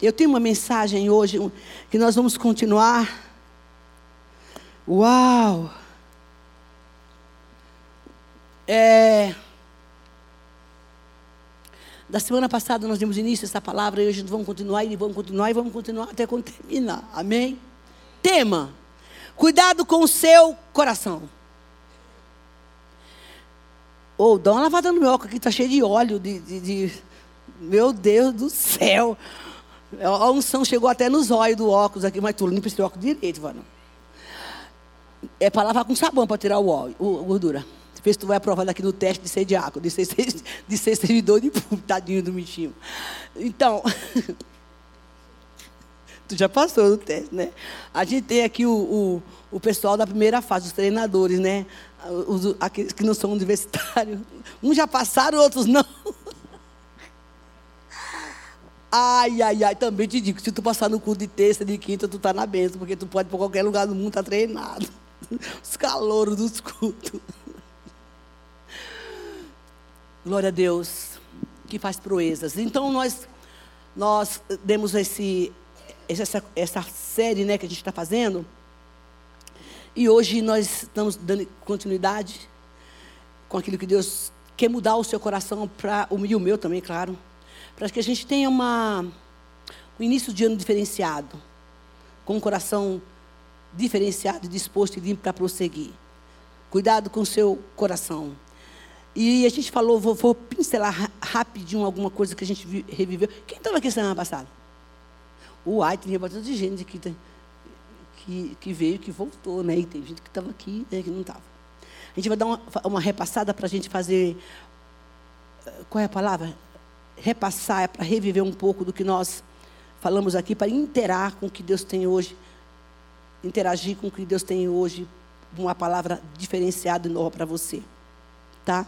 Eu tenho uma mensagem hoje que nós vamos continuar. Uau! Da semana passada nós demos início a essa palavra e hoje vamos continuar e vamos continuar até quando terminar. Amém? Tema: cuidado com o seu coração. Dá uma lavada no meu óculos aqui, está cheio de óleo. Meu Deus do céu. A unção chegou até nos olhos do óculos aqui, mas tu limpa esse óculos direito, mano. É para lavar com sabão para tirar o óleo, a gordura. Depois tu vai aprovar daqui no teste de ser diácono, de ser servidor de público, tadinho do bichinho. Então, tu já passou no teste, né? A gente tem aqui o pessoal da primeira fase, os treinadores, né? Aqueles que não são universitários. Uns já passaram, outros não. Ai, também te digo, se tu passar no culto de terça, de quinta, tu tá na bênção, porque tu pode ir para qualquer lugar do mundo, tá treinado. Os calouros dos cultos. Glória a Deus, que faz proezas. Então, nós demos essa série, né, que a gente está fazendo. E hoje nós estamos dando continuidade com aquilo que Deus quer mudar o seu coração e o meu também, claro. Para que a gente tenha um início de ano diferenciado, com um coração diferenciado, disposto e limpo para prosseguir. Cuidado com o seu coração. E a gente falou, vou pincelar rapidinho alguma coisa que a gente reviveu. Quem estava aqui semana passada? Tem bastante gente que veio, que voltou, né? E tem gente que estava aqui, né, que não estava. A gente vai dar uma repassada para a gente fazer... Qual é a palavra? Repassar, para reviver um pouco do que nós falamos aqui, para interagir com o que Deus tem hoje, uma palavra diferenciada e nova para você, tá?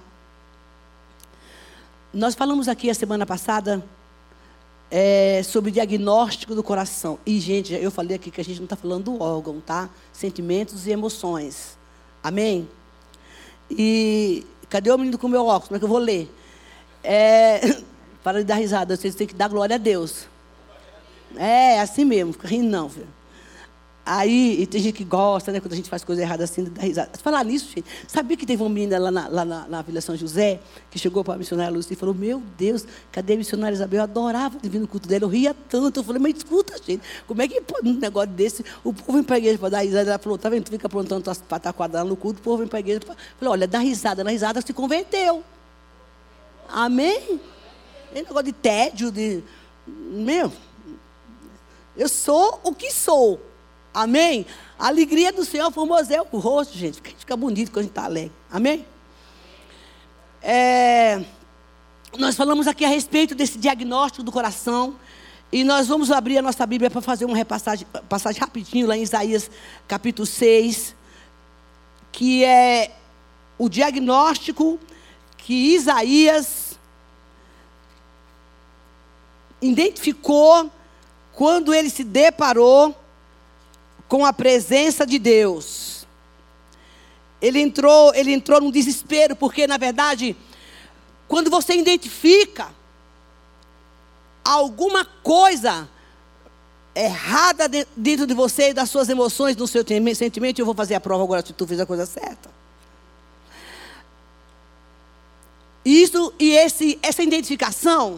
Nós falamos aqui a semana passada sobre diagnóstico do coração. E, gente, eu falei aqui que a gente não está falando do órgão, tá? Sentimentos e emoções. Amém? E cadê o menino com o meu óculos? Como é que eu vou ler? Para de dar risada, vocês têm que dar glória a Deus. É assim mesmo, fica rindo não, filho. Aí, e tem gente que gosta, né, quando a gente faz coisa errada assim, dá risada. Falar nisso, gente, sabia que teve uma menina lá na Vila São José, que chegou para a missionária Lúcia e falou, meu Deus, cadê a missionária Isabel? Eu adorava vir no culto dela, eu ria tanto. Eu falei, mas escuta, gente, como é que pode um negócio desse? O povo vem para a igreja para dar risada. Ela falou, tá vendo, tu fica aprontando tuas pataquadas lá no culto, o povo vem para a igreja. Eu falei, olha, dá risada, na risada se converteu. Amém? É negócio de tédio, eu sou o que sou. Amém? A alegria do Senhor formoseia o rosto, gente. Fica bonito quando a gente está alegre. Amém? Nós falamos aqui a respeito desse diagnóstico do coração. E nós vamos abrir a nossa Bíblia para fazer uma passagem rapidinho lá em Isaías capítulo 6. Que é o diagnóstico que Isaías identificou quando ele se deparou com a presença de Deus. Ele entrou num desespero, porque, na verdade, quando você identifica alguma coisa errada dentro de você, das suas emoções, do seu sentimento, eu vou fazer a prova agora se tu fez a coisa certa. Essa identificação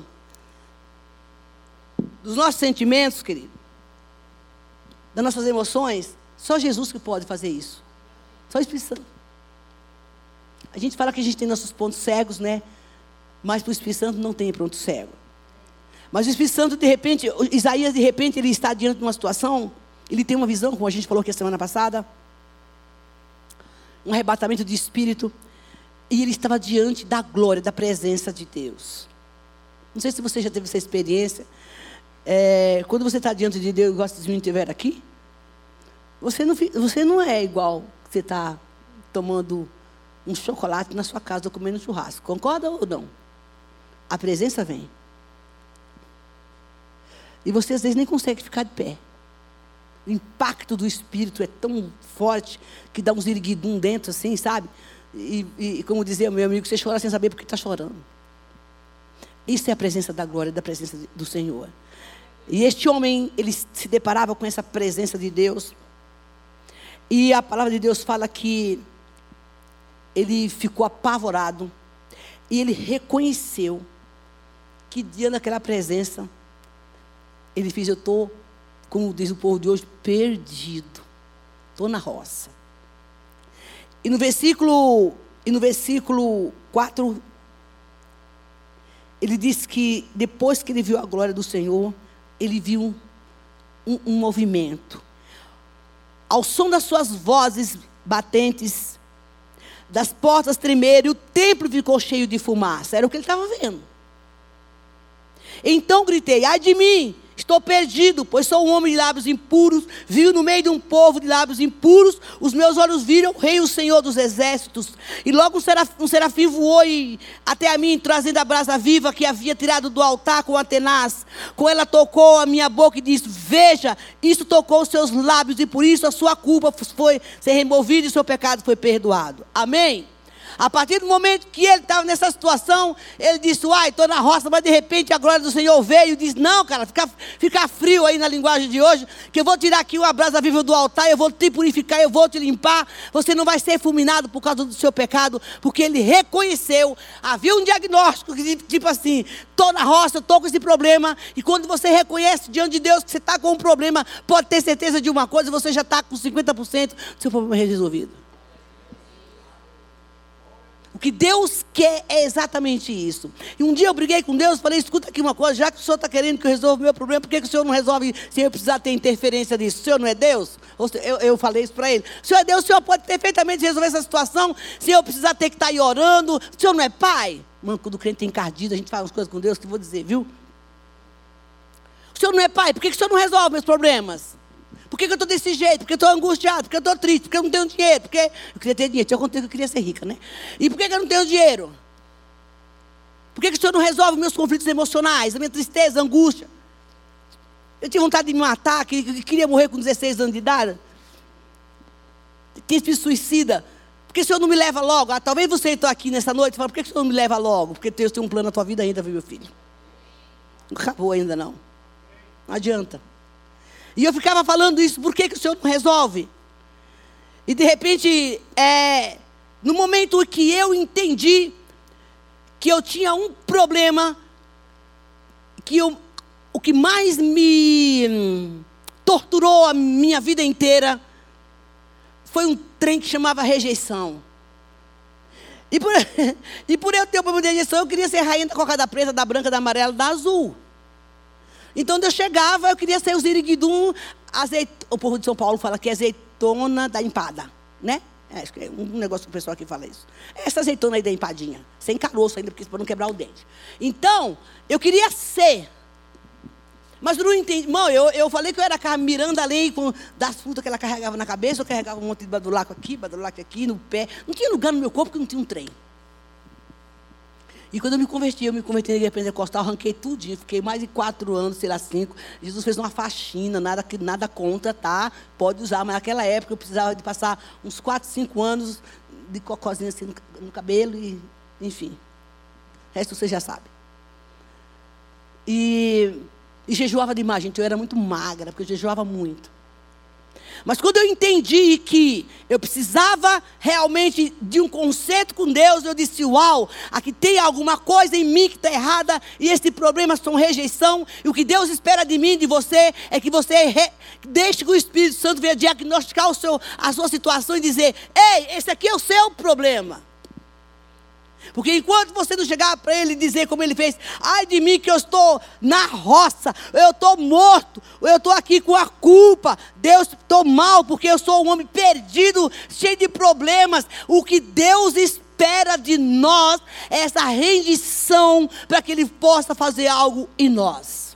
dos nossos sentimentos, querido, das nossas emoções, só Jesus que pode fazer isso. Só o Espírito Santo. A gente fala que a gente tem nossos pontos cegos, né? Mas para o Espírito Santo não tem ponto cego. Mas o Espírito Santo, de repente, Isaías, de repente, ele está diante de uma situação, ele tem uma visão, como a gente falou aqui a semana passada, um arrebatamento de espírito, e ele estava diante da glória, da presença de Deus. Não sei se você já teve essa experiência. Quando você está diante de Deus, igual se os meninos estiveram aqui, você não é igual que você está tomando um chocolate na sua casa ou comendo um churrasco. Concorda ou não? A presença vem. E você às vezes nem consegue ficar de pé. O impacto do Espírito é tão forte que dá um ziriguidum dentro assim, sabe? E como dizia o meu amigo, você chora sem saber por que está chorando. Isso é a presença da glória, da presença do Senhor. E este homem, ele se deparava com essa presença de Deus. E a palavra de Deus fala que ele ficou apavorado. E ele reconheceu que diante daquela presença, ele fez, eu estou, como diz o povo de hoje, perdido. Estou na roça. E no versículo 4, ele diz que depois que ele viu a glória do Senhor, ele viu um movimento. Ao som das suas vozes batentes, das portas tremerem, o templo ficou cheio de fumaça. Era o que ele estava vendo. Então gritei, ai de mim, estou perdido, pois sou um homem de lábios impuros, vivo no meio de um povo de lábios impuros, os meus olhos viram o Rei, o Senhor dos exércitos. E logo um serafim voou até a mim, trazendo a brasa viva que havia tirado do altar com a tenaz. Com ela tocou a minha boca e disse, veja, isso tocou os seus lábios, e por isso a sua culpa foi ser removida e o seu pecado foi perdoado. Amém? A partir do momento que ele estava nessa situação, ele disse, uai, estou na roça, mas de repente a glória do Senhor veio e disse, não, cara, fica frio aí na linguagem de hoje, que eu vou tirar aqui uma brasa viva do altar, eu vou te purificar, eu vou te limpar, você não vai ser fulminado por causa do seu pecado, porque ele reconheceu, havia um diagnóstico, tipo assim, estou na roça, estou com esse problema, e quando você reconhece diante de Deus que você está com um problema, pode ter certeza de uma coisa, você já está com 50% do seu problema resolvido. O que Deus quer é exatamente isso. E um dia eu briguei com Deus, falei, escuta aqui uma coisa, já que o Senhor está querendo que eu resolva o meu problema, por que o Senhor não resolve sem eu precisar ter interferência nisso? O Senhor não é Deus? Eu falei isso para ele. O Senhor é Deus, o Senhor pode perfeitamente resolver essa situação, sem eu precisar ter que estar aí orando. O Senhor não é Pai? Mano, quando o crente tem encardido, a gente faz umas coisas com Deus que eu vou dizer, viu? O Senhor não é Pai, por que o Senhor não resolve meus problemas? Por que eu estou desse jeito? Porque eu estou angustiado, porque eu estou triste, porque eu não tenho dinheiro, porque eu queria ter dinheiro, eu contei que eu queria ser rica, né? E por que eu não tenho dinheiro? Por que o Senhor não resolve meus conflitos emocionais, a minha tristeza, a angústia? Eu tinha vontade de me matar, queria morrer com 16 anos de idade. Tinha espírito suicida. Por que o Senhor não me leva logo? Talvez você está aqui nessa noite e fala, por que o Senhor não me leva logo? Porque Deus tem um plano na tua vida ainda, viu, meu filho? Não acabou ainda, não. Não adianta. E eu ficava falando isso, por que o Senhor não resolve? E de repente, no momento que eu entendi que eu tinha um problema, o que mais me torturou a minha vida inteira, foi um trem que chamava rejeição. E por eu ter um problema de rejeição, eu queria ser rainha da cocada preta, da branca, da amarela, da azul. Então, eu chegava, eu queria ser o ziriguidum, o povo de São Paulo fala que é azeitona da empada, né? Acho que é um negócio que o pessoal aqui fala isso. Essa azeitona aí da empadinha, sem caroço ainda, para não quebrar o dente. Então, eu queria ser. Mas eu não entendi. Irmão, eu falei que eu era a Miranda Lei das frutas que ela carregava na cabeça, eu carregava um monte de badulaco aqui, no pé. Não tinha lugar no meu corpo porque não tinha um trem. E quando eu me converti na igreja pentecostal, arranquei tudinho, fiquei mais de 4 anos, sei lá, 5. Jesus fez uma faxina, nada contra, tá? Pode usar, mas naquela época eu precisava de passar uns 4, 5 anos de cocôzinho assim no cabelo, e enfim. O resto você já sabe. E jejuava demais, gente, eu era muito magra, porque eu jejuava muito. Mas quando eu entendi que eu precisava realmente de um conserto com Deus, eu disse, uau, aqui tem alguma coisa em mim que está errada, e esse problema são rejeição, e o que Deus espera de mim e de você, é que você deixe que o Espírito Santo venha diagnosticar a sua situação e dizer, ei, esse aqui é o seu problema. Porque enquanto você não chegar para ele e dizer como ele fez, ai de mim que eu estou na roça, eu estou morto, eu estou aqui com a culpa, Deus, estou mal porque eu sou um homem perdido, cheio de problemas. O que Deus espera de nós é essa rendição para que Ele possa fazer algo em nós.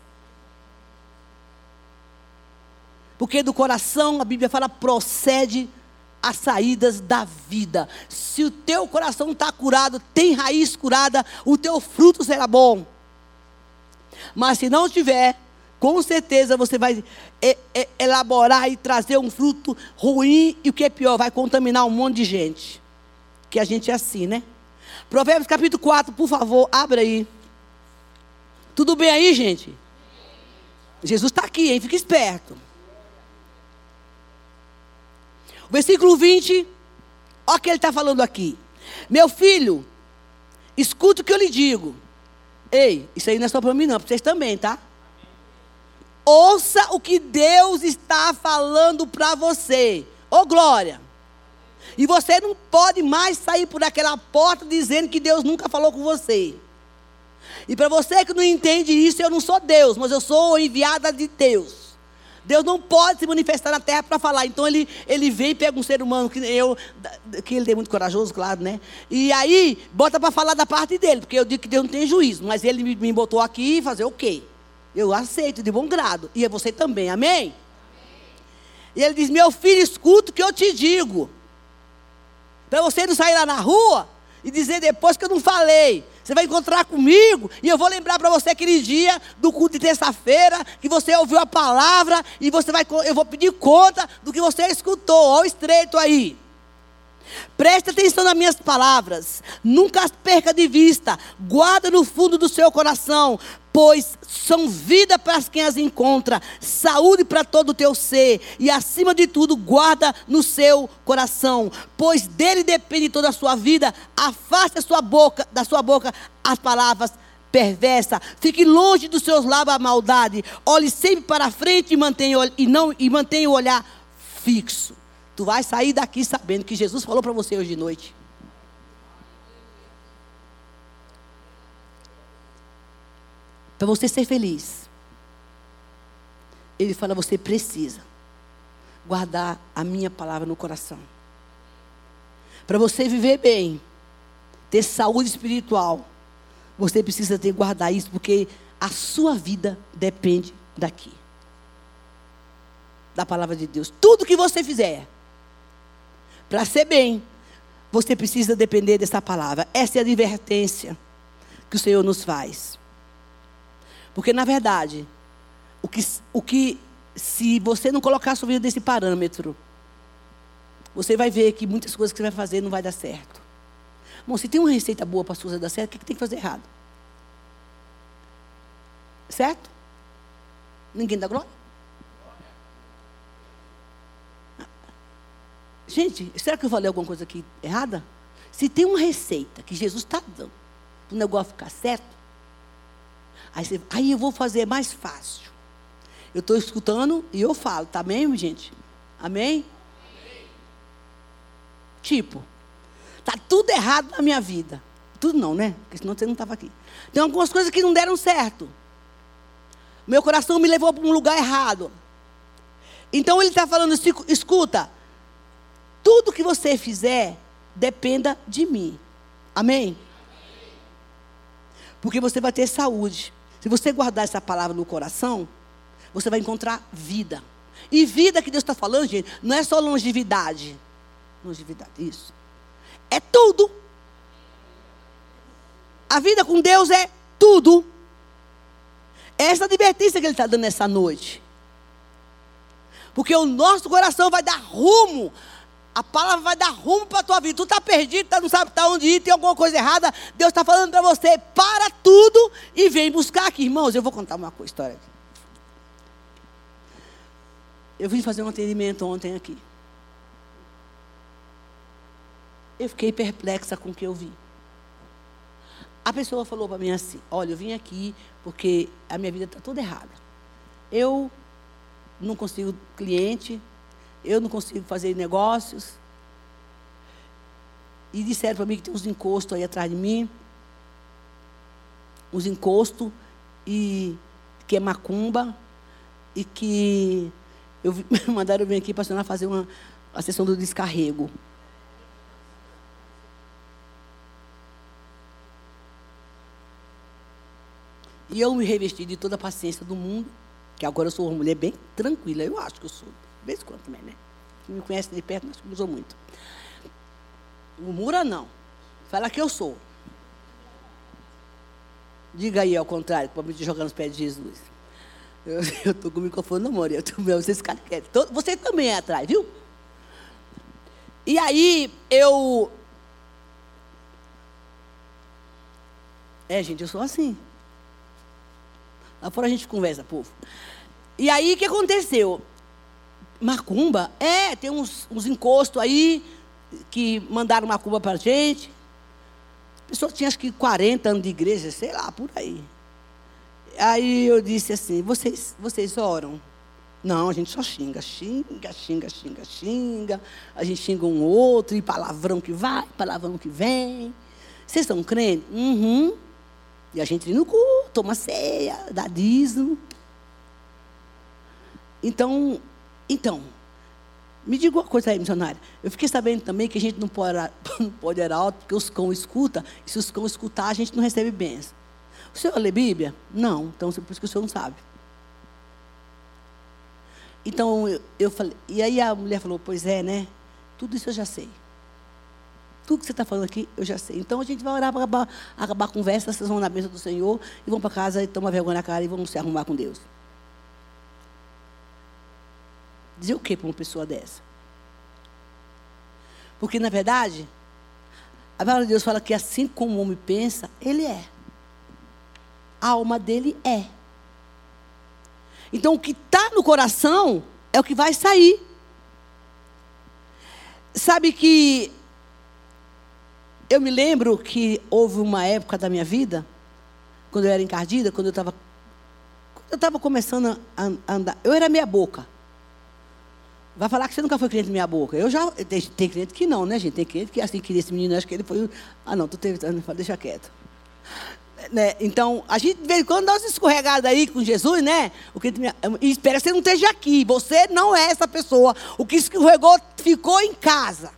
Porque do coração, a Bíblia fala, procede as saídas da vida. Se o teu coração está curado, tem raiz curada, o teu fruto será bom. Mas se não tiver, com certeza você vai elaborar e trazer um fruto ruim, e o que é pior, vai contaminar um monte de gente. Que a gente é assim, né? Provérbios capítulo 4, por favor, abra aí. Tudo bem aí, gente? Jesus está aqui, hein? Fica esperto. O versículo 20, olha o que ele está falando aqui. Meu filho, escuta o que eu lhe digo. Ei, isso aí não é só para mim não, para vocês também, tá? Ouça o que Deus está falando para você. Ô glória! E você não pode mais sair por aquela porta dizendo que Deus nunca falou com você. E para você que não entende isso, eu não sou Deus, mas eu sou enviada de Deus. Deus não pode se manifestar na terra para falar. Então ele vem e pega um ser humano, que ele é muito corajoso, claro, né? E aí, bota para falar da parte dele, porque eu digo que Deus não tem juízo. Mas ele me botou aqui e fazer o quê? Eu aceito de bom grado. E é você também, amém? E ele diz, meu filho, escuta o que eu te digo. Para você não sair lá na rua e dizer depois que eu não falei. Você vai encontrar comigo e eu vou lembrar para você aquele dia do culto de terça-feira que você ouviu a palavra e eu vou pedir conta do que você escutou. Olha o estreito aí. Preste atenção nas minhas palavras. Nunca as perca de vista. Guarda no fundo do seu coração, pois são vida para quem as encontra, saúde para todo o teu ser. E acima de tudo, guarda no seu coração, pois dele depende toda a sua vida. Afaste da sua boca as palavras perversas. Fique longe dos seus lábios a maldade. Olhe sempre para a frente e mantenha o olhar fixo. Tu vai sair daqui sabendo que Jesus falou para você hoje de noite. Para você ser feliz. Ele fala, você precisa guardar a minha palavra no coração. Para você viver bem, ter saúde espiritual, você precisa guardar isso, porque a sua vida depende daqui. Da palavra de Deus. Tudo que você fizer, para ser bem, você precisa depender dessa palavra. Essa é a advertência que o Senhor nos faz. Porque, na verdade, se você não colocar a sua vida nesse parâmetro, você vai ver que muitas coisas que você vai fazer não vai dar certo. Bom, se tem uma receita boa para a sua vida dar certo, o que tem que fazer errado? Certo? Ninguém dá glória? Gente, será que eu falei alguma coisa aqui errada? Se tem uma receita que Jesus está dando para o negócio ficar certo, aí eu vou fazer mais fácil. Eu estou escutando e eu falo, tá bem, gente? Amém? Amém? Tipo, está tudo errado na minha vida. Tudo não, né? Porque senão você não estava aqui. Tem algumas coisas que não deram certo. Meu coração me levou para um lugar errado. Então ele está falando, escuta, tudo que você fizer, dependa de mim. Amém? Porque você vai ter saúde. Se você guardar essa palavra no coração, você vai encontrar vida. E vida que Deus está falando, gente, não é só longevidade. Longevidade, isso. É tudo. A vida com Deus é tudo. É essa advertência que Ele está dando nessa noite. Porque o nosso coração vai dar rumo. A palavra vai dar rumo para a tua vida. Tu está perdido, não sabe para onde ir, tem alguma coisa errada. Deus está falando para você, para tudo e vem buscar aqui. Irmãos, eu vou contar uma história aqui. Eu vim fazer um atendimento ontem aqui. Eu fiquei perplexa com o que eu vi. A pessoa falou para mim assim, olha, eu vim aqui porque a minha vida está toda errada. Eu não consigo cliente, eu não consigo fazer negócios. E disseram para mim que tem uns encostos aí atrás de mim. Uns encostos. E que é macumba. E que mandaram eu vir aqui para a senhora fazer a sessão do descarrego. E eu me revesti de toda a paciência do mundo. Que agora eu sou uma mulher bem tranquila. Eu acho que eu sou. De vez em quando também, né? Quem me conhece de perto, nós usamos muito. Murmura não. Fala que eu sou. Diga aí ao contrário, para me jogar nos pés de Jesus. Eu estou com o microfone na mão. Vocês querem. Você também é atrás, viu? E aí, gente, eu sou assim. Lá fora a gente conversa, povo. E aí, o que aconteceu? Macumba? Tem uns encostos aí que mandaram macumba para a gente. A pessoa tinha acho que 40 anos de igreja, sei lá, por aí. Aí eu disse assim, vocês oram? Não, a gente só xinga. A gente xinga um outro, e palavrão que vai, palavrão que vem. Vocês são crentes? Uhum. E a gente ir no culto, toma ceia, dá dízimo. Então, me diga uma coisa aí, missionária. Eu fiquei sabendo também que a gente não pode orar alto, porque os cães escutam, e se os cães escutar, a gente não recebe bênção. O senhor lê Bíblia? Não, então por isso que o senhor não sabe. Então, eu falei, e aí a mulher falou, pois é, né? Tudo isso eu já sei. Tudo que você está falando aqui, eu já sei. Então, a gente vai orar para acabar a conversa, vocês vão na bênção do Senhor, e vão para casa e tomam vergonha na cara e vão se arrumar com Deus. Dizer o que para uma pessoa dessa? Porque, na verdade, a palavra de Deus fala que assim como o homem pensa, ele é. A alma dele é. Então, o que está no coração é o que vai sair. Sabe que eu me lembro que houve uma época da minha vida, quando eu era encardida, quando eu estava começando a andar, eu era meia boca. Vai falar que você nunca foi crente meia boca. Tem crente que não, né, gente? Tem crente que assim, queria esse menino, acho que ele foi... não, tu teve... Deixa quieto. Né? Então, a gente, de vez em quando, dá umas escorregadas aí com Jesus, né? E espera que você não esteja aqui. Você não é essa pessoa. O que escorregou ficou em casa.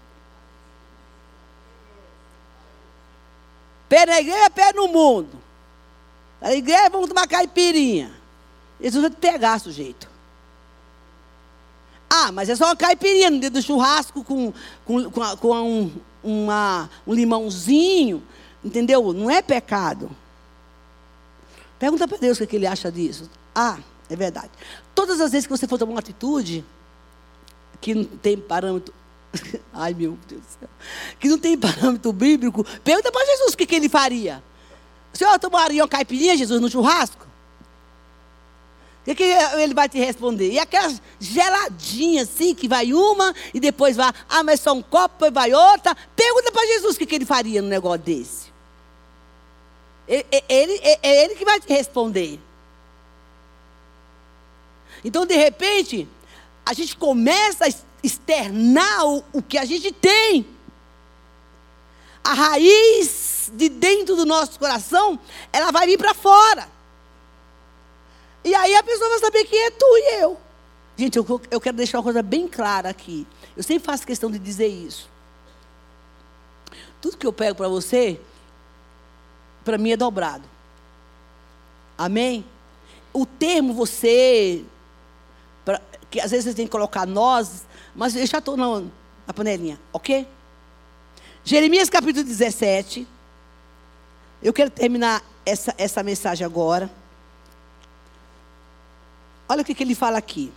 Pé na igreja, pé no mundo. Na igreja, vamos tomar caipirinha. Jesus vai te pegar, sujeito. Mas é só uma caipirinha no dedo do churrasco com um limãozinho. Entendeu? Não é pecado. Pergunta para Deus o que ele acha disso. É verdade. Todas as vezes que você for tomar uma atitude que não tem parâmetro... Ai, meu Deus do céu. Que não tem parâmetro bíblico, pergunta para Jesus o que ele faria. O senhor tomaria uma caipirinha, Jesus, no churrasco? O que ele vai te responder? E aquelas geladinhas assim, que vai uma e depois vai, mas só um copo, depois vai outra. Pergunta para Jesus o que ele faria num negócio desse. É ele que vai te responder. Então, de repente, a gente começa a externar o que a gente tem. A raiz de dentro do nosso coração, ela vai vir para fora. E aí a pessoa vai saber quem é tu e eu. Gente, eu quero deixar uma coisa bem clara aqui. Eu sempre faço questão de dizer isso. Tudo que eu pego para você, para mim é dobrado. Amém? O termo você, que às vezes você tem que colocar nós, mas eu já estou na panelinha, ok? Jeremias capítulo 17. Eu quero terminar essa mensagem agora. Olha o que ele fala aqui.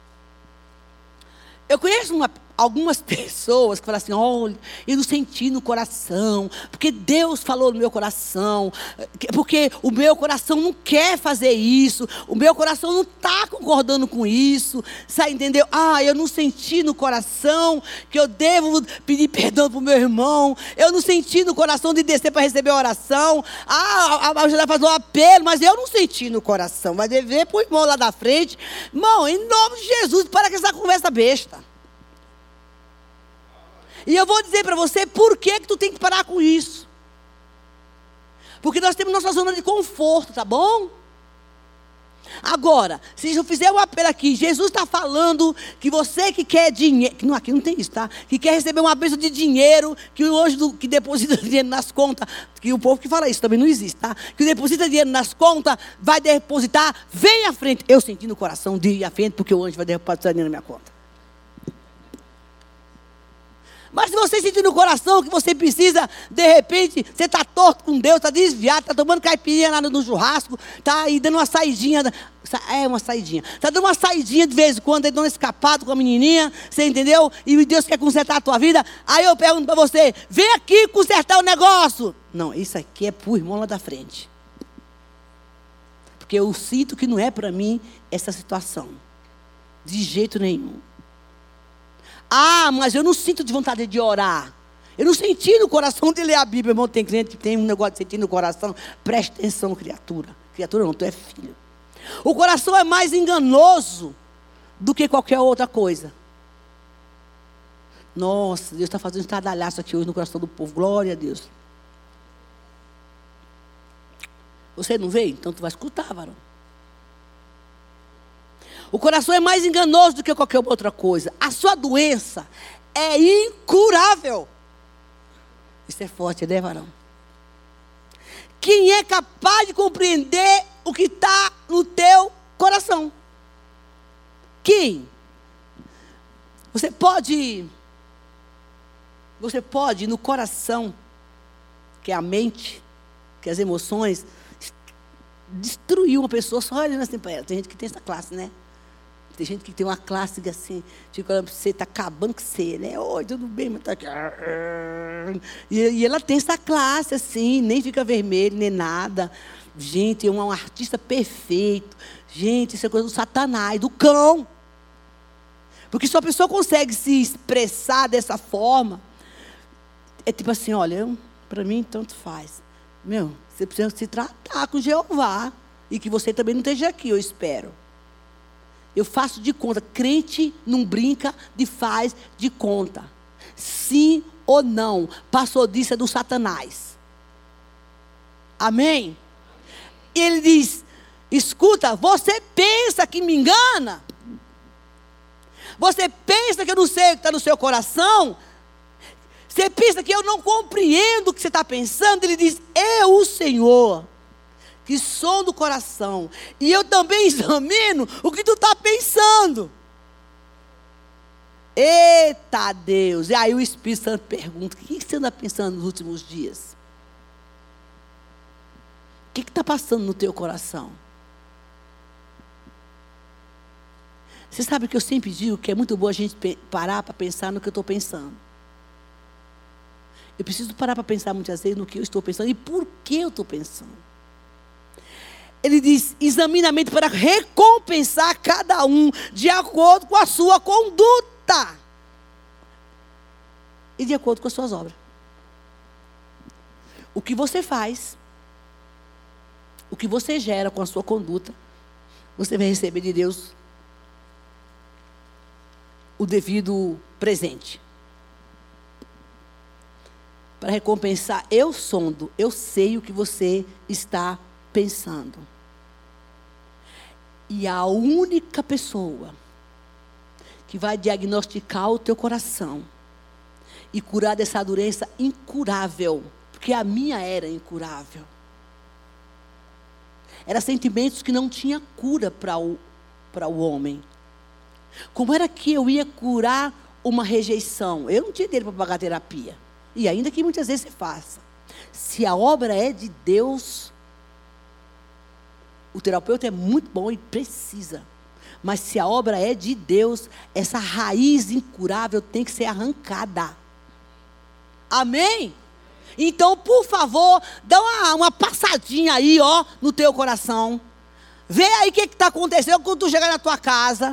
Eu conheço algumas pessoas que falam assim, olha, eu não senti no coração, porque Deus falou no meu coração, porque o meu coração não quer fazer isso, o meu coração não está concordando com isso, sabe, entendeu? Eu não senti no coração que eu devo pedir perdão para o meu irmão, eu não senti no coração de descer para receber a oração, a gente vai fazer um apelo, mas eu não senti no coração, vai dever para o irmão lá da frente. Irmão, em nome de Jesus, para com essa conversa besta. E eu vou dizer para você por que tu tem que parar com isso. Porque nós temos nossa zona de conforto, tá bom? Agora, se eu fizer um apelo aqui, Jesus está falando que você que quer dinheiro, aqui não tem isso, tá? Que quer receber uma bênção de dinheiro, que o anjo que deposita dinheiro nas contas, que o povo que fala isso também não existe, tá? Que deposita dinheiro nas contas, vai depositar, vem à frente. Eu senti no coração de ir à frente, porque o anjo vai depositar dinheiro na minha conta. Mas se você sentir no coração que você precisa, de repente, você está torto com Deus, está desviado, está tomando caipirinha lá no churrasco, está aí dando uma saidinha, uma saidinha. Está dando uma saidinha de vez em quando, dando um escapado com a menininha, você entendeu? E Deus quer consertar a tua vida. Aí eu pergunto para você, vem aqui consertar o negócio. Não, isso aqui é para o irmão lá da frente. Porque eu sinto que não é para mim essa situação. De jeito nenhum. Ah, mas eu não sinto de vontade de orar. Eu não senti no coração de ler a Bíblia. Irmão, tem crente que tem um negócio de sentir no coração. Preste atenção, criatura. Criatura não, tu é filho. O coração é mais enganoso do que qualquer outra coisa. Nossa, Deus está fazendo um estardalhaço aqui hoje no coração do povo. Glória a Deus. Você não veio? Então tu vai escutar, varão. O coração é mais enganoso do que qualquer outra coisa. A sua doença é incurável. Isso é forte, né, varão? Quem é capaz de compreender o que está no teu coração? Quem? Você pode no coração, que é a mente, que é as emoções, destruir uma pessoa só olhando assim para ela. Tem gente que tem essa classe, né? Tem gente que tem uma classe assim, fica olhando para você, está acabando com você, né? Oi, tudo bem, mas está aqui. E ela tem essa classe assim, nem fica vermelho, nem nada. Gente, é um artista perfeito. Gente, isso é coisa do Satanás, do cão. Porque se a pessoa consegue se expressar dessa forma, é tipo assim, olha, para mim tanto faz. Meu, você precisa se tratar com Jeová. E que você também não esteja aqui, eu espero. Eu faço de conta. Crente não brinca de faz de conta. Sim ou não. Passou disso é do Satanás. Amém? E ele diz, escuta, você pensa que me engana? Você pensa que eu não sei o que está no seu coração? Você pensa que eu não compreendo o que você está pensando? Ele diz, eu, o Senhor, que sou do coração, e eu também examino o que tu está pensando. Eita Deus! E aí o Espírito Santo pergunta, o que você anda pensando nos últimos dias? O que está passando no teu coração? Você sabe que eu sempre digo que é muito bom a gente parar para pensar no que eu estou pensando. Eu preciso parar para pensar muitas vezes no que eu estou pensando e por que eu estou pensando. Ele diz, examina a mente para recompensar cada um de acordo com a sua conduta. E de acordo com as suas obras. O que você faz, o que você gera com a sua conduta, você vai receber de Deus o devido presente. Para recompensar, eu sondo, eu sei o que você está pensando. E a única pessoa que vai diagnosticar o teu coração e curar dessa doença incurável, porque a minha era incurável. Eram sentimentos que não tinha cura para o homem. Como era que eu ia curar uma rejeição? Eu não tinha dinheiro para pagar terapia. E ainda que muitas vezes você faça. Se a obra é de Deus, o terapeuta é muito bom e precisa. Mas se a obra é de Deus, essa raiz incurável tem que ser arrancada. Amém? Então, por favor, dá uma passadinha aí, ó, no teu coração. Vê aí o que está acontecendo quando tu chegar na tua casa.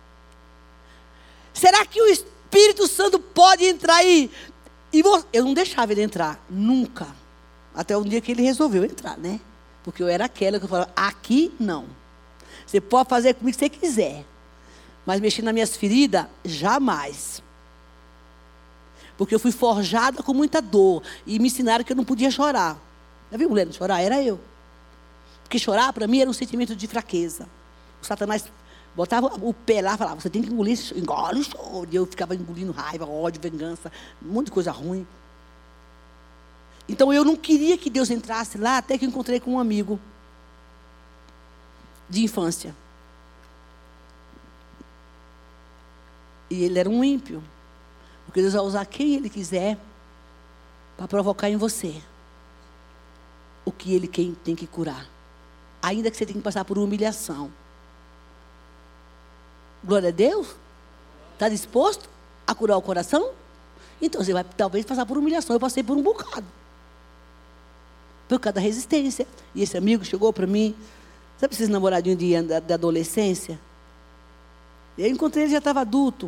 Será que o Espírito Santo pode entrar aí? Eu não deixava ele entrar, nunca. Até um dia que ele resolveu entrar, né? Porque eu era aquela que eu falava, aqui não. Você pode fazer comigo o que você quiser. Mas mexer nas minhas feridas, jamais. Porque eu fui forjada com muita dor. E me ensinaram que eu não podia chorar. Já viu mulher não chorar? Era eu. Porque chorar para mim era um sentimento de fraqueza. O Satanás botava o pé lá e falava, você tem que engolir, engole o choro. E eu ficava engolindo raiva, ódio, vingança, um monte de coisa ruim. Então eu não queria que Deus entrasse lá, até que eu encontrei com um amigo de infância. E ele era um ímpio. Porque Deus vai usar quem Ele quiser para provocar em você o que Ele tem que curar. Ainda que você tenha que passar por humilhação. Glória a Deus. Está disposto a curar o coração? Então você vai talvez passar por humilhação. Eu passei por um bocado. Por causa da resistência. E esse amigo chegou para mim. Sabe esses namoradinhos da adolescência? Eu encontrei ele, já estava adulto.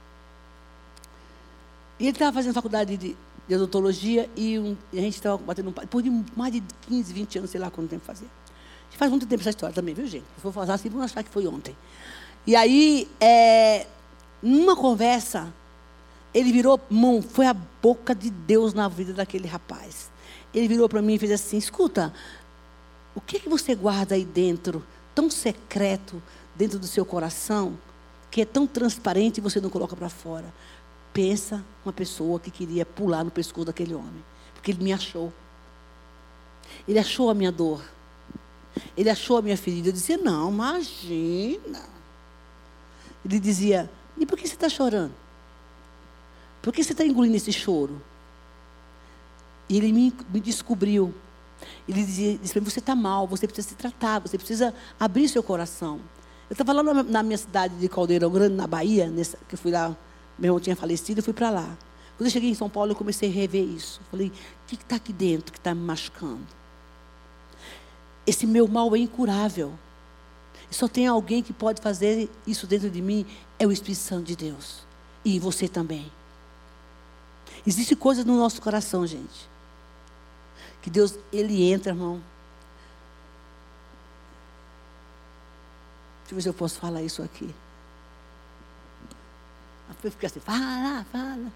E ele estava fazendo faculdade de odontologia e a gente estava batendo um papo. Depois de mais de 15, 20 anos, sei lá quanto tempo fazia. Faz muito tempo essa história também, viu, gente? Se for falar assim, vão achar que foi ontem. E aí, numa conversa, ele virou, foi a boca de Deus na vida daquele rapaz. Ele virou para mim e fez assim: escuta, o que você guarda aí dentro, tão secreto, dentro do seu coração, que é tão transparente e você não coloca para fora? Pensa uma pessoa que queria pular no pescoço daquele homem, porque ele me achou. Ele achou a minha dor. Ele achou a minha ferida. Eu dizia: não, imagina. Ele dizia: e por que você está chorando? Por que você está engolindo esse choro? E ele me descobriu. Ele disse para mim: você está mal, você precisa se tratar, você precisa abrir seu coração. Eu estava lá na minha cidade de Caldeirão Grande, na Bahia, que eu fui lá, meu irmão tinha falecido, eu fui para lá. Quando eu cheguei em São Paulo, eu comecei a rever isso. Falei: o que está aqui dentro que está me machucando? Esse meu mal é incurável. Só tem alguém que pode fazer isso dentro de mim, é o Espírito Santo de Deus. E você também. Existem coisas no nosso coração, gente, que Deus, Ele entra, irmão. Deixa eu ver se eu posso falar isso aqui. Aí fica assim: fala.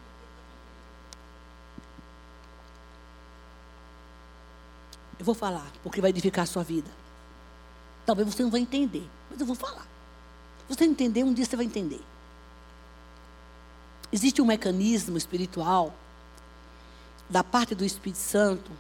Eu vou falar, porque vai edificar a sua vida. Talvez você não vai entender, mas eu vou falar. Se você entender, um dia você vai entender. Existe um mecanismo espiritual, da parte do Espírito Santo,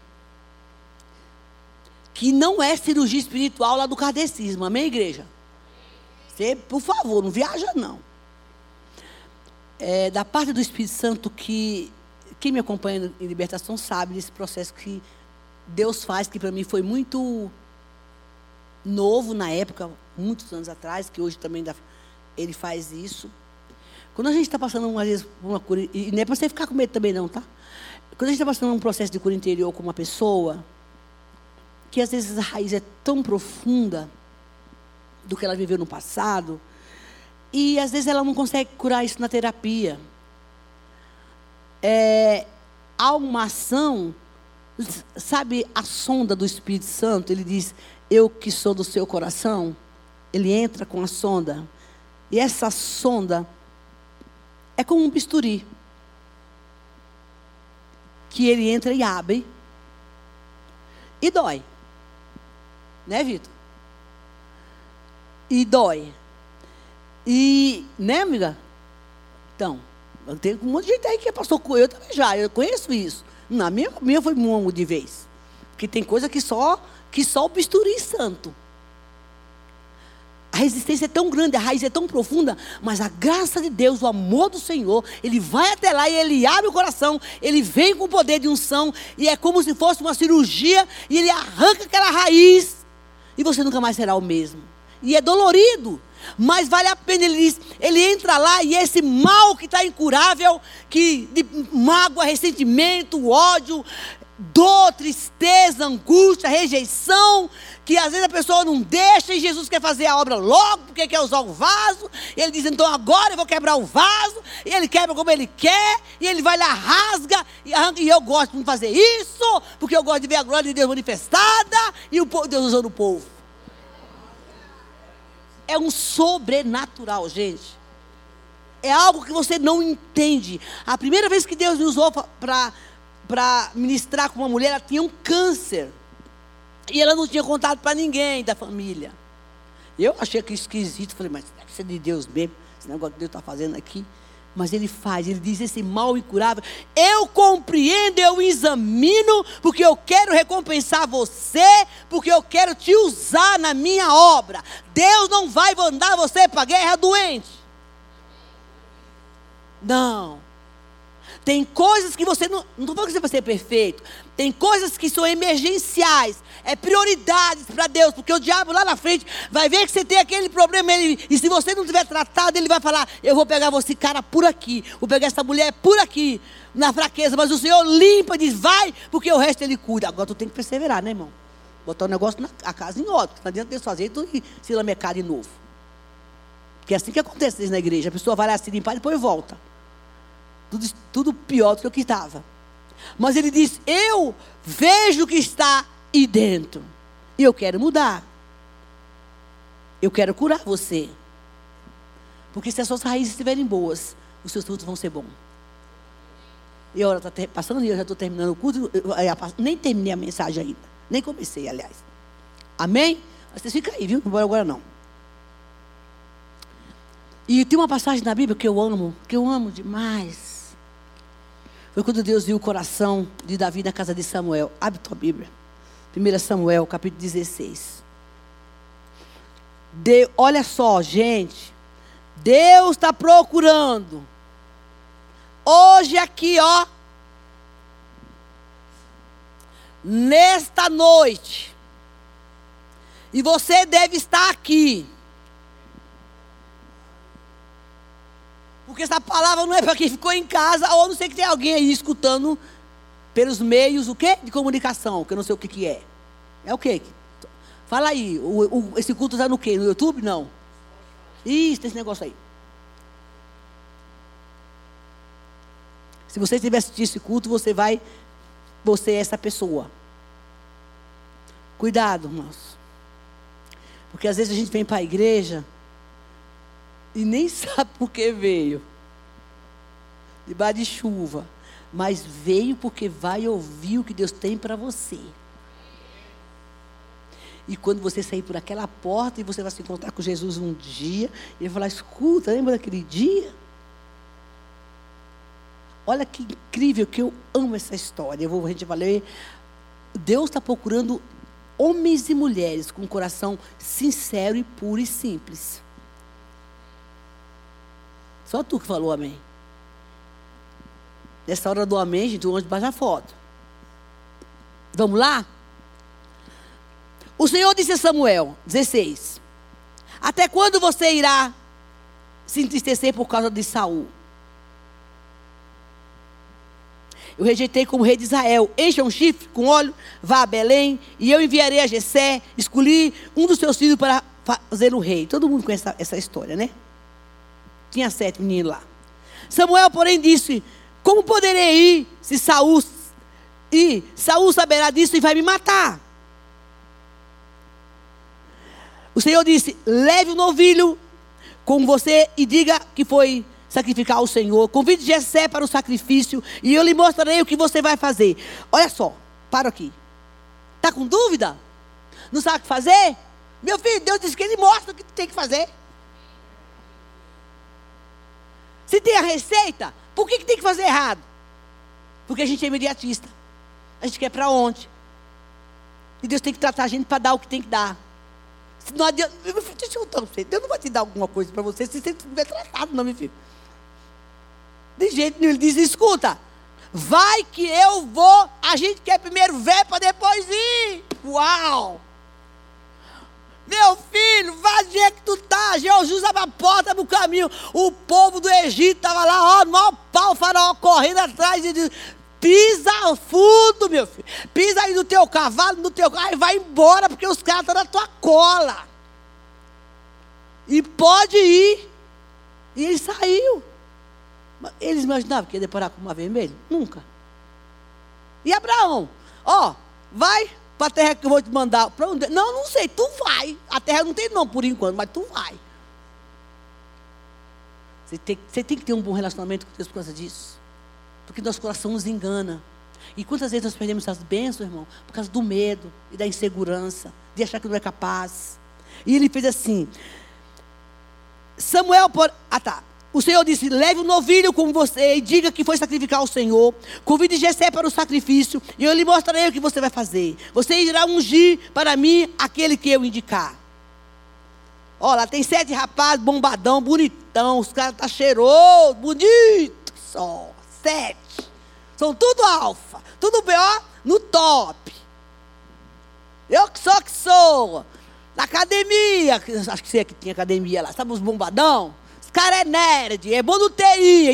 que não é cirurgia espiritual lá do kardecismo. Amém, igreja? Você, por favor, não viaja, não. É da parte do Espírito Santo que, quem me acompanha em libertação sabe desse processo que Deus faz, que para mim foi muito novo na época, muitos anos atrás, que hoje também Ele faz isso. Quando a gente está passando uma vez por uma cura, e não é para você ficar com medo também não, tá? Quando a gente está passando um processo de cura interior com uma pessoa, que às vezes a raiz é tão profunda do que ela viveu no passado, e às vezes ela não consegue curar isso na terapia. Há uma ação, sabe, a sonda do Espírito Santo. Ele diz: eu que sou do seu coração. Ele entra com a sonda, e essa sonda é como um bisturi, que ele entra e abre, e dói. Né, Vitor? E dói. E, né, amiga? Então, tem um monte de gente aí que passou com eu também já. Eu conheço isso. Na minha foi mongo de vez. Porque tem coisa que só o bisturi santo. A resistência é tão grande, a raiz é tão profunda, mas a graça de Deus, o amor do Senhor, Ele vai até lá e Ele abre o coração, Ele vem com o poder de unção, e é como se fosse uma cirurgia, e Ele arranca aquela raiz, e você nunca mais será o mesmo. E é dolorido, mas vale a pena. Ele diz, ele entra lá, e esse mal que está incurável, de mágoa, ressentimento, ódio, dor, tristeza, angústia, rejeição, que às vezes a pessoa não deixa, e Jesus quer fazer a obra logo, porque quer usar o vaso. Ele diz, então agora eu vou quebrar o vaso, e ele quebra como ele quer, e ele vai lá, rasga, e arranca. E eu gosto de fazer isso, porque eu gosto de ver a glória de Deus manifestada, e Deus usando o povo. É um sobrenatural, gente. É algo que você não entende. A primeira vez que Deus me usou para ministrar com uma mulher, ela tinha um câncer. E ela não tinha contado para ninguém da família. Eu achei que esquisito. Falei, mas deve ser de Deus mesmo, esse negócio que Deus está fazendo aqui. Mas Ele faz, Ele diz, esse mal incurável, eu compreendo, eu examino, porque eu quero recompensar você, porque eu quero te usar na minha obra. Deus não vai mandar você para a guerra doente. Não. Tem coisas que você não estou falando que você vai ser perfeito. Tem coisas que são emergenciais, é prioridades para Deus, porque o diabo lá na frente vai ver que você tem aquele problema, e se você não tiver tratado, ele vai falar, eu vou pegar você, cara, por aqui, vou pegar essa mulher por aqui, na fraqueza, mas o Senhor limpa e diz, vai, porque o resto Ele cuida. Agora tu tem que perseverar, né, irmão? botar o negócio a casa em ordem. Porque não adianta Deus fazer tudo e se lamecar de novo. Porque é assim que acontece na igreja. A pessoa vai lá se limpar e depois volta. Tudo pior do que o que estava. Mas ele diz, eu vejo o que está aí dentro. E eu quero mudar. Eu quero curar você. Porque se as suas raízes estiverem boas, os seus frutos vão ser bons. E a hora está passando e eu já estou terminando o culto. Nem terminei a mensagem ainda. Nem comecei, aliás. Amém? Mas vocês ficam aí, viu? Não vou agora não. E tem uma passagem na Bíblia que eu amo demais. Foi quando Deus viu o coração de Davi na casa de Samuel. Abre tua Bíblia. 1 Samuel, capítulo 16. Olha só, gente. Deus está procurando. Hoje aqui, ó. Nesta noite. E você deve estar aqui. Porque essa palavra não é para quem ficou em casa, ou não sei que tem alguém aí escutando pelos meios, o quê? De comunicação, que eu não sei o que é. É o quê? Fala aí, esse culto está no quê? No YouTube? Não. Isso, tem esse negócio aí. Se você estiver assistindo esse culto, você é essa pessoa. Cuidado, irmãos. Porque às vezes a gente vem para a igreja e nem sabe por que veio. Debaixo de chuva. Mas veio porque vai ouvir o que Deus tem para você. E quando você sair por aquela porta e você vai se encontrar com Jesus um dia, ele vai falar, escuta, lembra daquele dia? Olha que incrível, que eu amo essa história. A gente vai ler. Deus está procurando homens e mulheres com um coração sincero e puro e simples. Só tu que falou amém. Nessa hora do amém, gente, o anjo baixa a foto. Vamos lá? O Senhor disse a Samuel, 16. Até quando você irá se entristecer por causa de Saul? Eu rejeitei como rei de Israel. Encha um chifre com óleo, vá a Belém, e eu enviarei a Jessé. Escolhi um dos seus filhos para fazer o rei. Todo mundo conhece essa história, né? Tinha 7 meninos lá. Samuel, porém, disse, como poderei ir se Saul saberá disso e vai me matar? O Senhor disse, leve o novilho com você e diga que foi sacrificar ao Senhor. Convide Jessé para o sacrifício e eu lhe mostrarei o que você vai fazer. Olha só, para aqui. Está com dúvida? Não sabe o que fazer? Meu filho, Deus disse que Ele mostra o que tem que fazer. Se tem a receita, por que tem que fazer errado? Porque a gente é imediatista. A gente quer para onde? E Deus tem que tratar a gente para dar o que tem que dar. Se não adianta, meu filho, deixa eu contar para você. Deus não vai te dar alguma coisa para você se você não estiver tratado, não, meu filho. De jeito nenhum, Ele diz, escuta, vai que eu vou, a gente quer primeiro ver para depois ir. Uau! Meu filho, vai do jeito que tu tá. Jesus abre a porta no caminho. O povo do Egito estava lá, ó, no maior pau, o faraó correndo atrás e diz, pisa fundo, meu filho. Pisa aí no teu cavalo, no teu carro e vai embora, porque os caras estão na tua cola. E pode ir. E ele saiu. Eles imaginavam que ia deparar com uma vermelha? Nunca. E Abraão? Ó, vai para a terra que eu vou te mandar. Para onde? Não, não sei, tu vai. A terra não tem nome por enquanto, mas tu vai. Você tem que ter um bom relacionamento com Deus por causa disso. Porque nosso coração nos engana. E quantas vezes nós perdemos essas bênçãos, irmão? Por causa do medo e da insegurança, de achar que não é capaz. E ele fez assim. Samuel, o Senhor disse, leve o novilho com você e diga que foi sacrificar ao Senhor. Convide Jessé para o sacrifício e eu lhe mostrarei o que você vai fazer. Você irá ungir para mim aquele que eu indicar. Olha, lá tem 7 rapazes, bombadão, bonitão. Os caras estão cheirosos, bonitos só. 7. São tudo alfa. Tudo B.O. no top. Eu que sou. Na academia. Acho que você que tinha academia lá. Sabe os bombadão? Esse cara é nerd, é bom no TI, é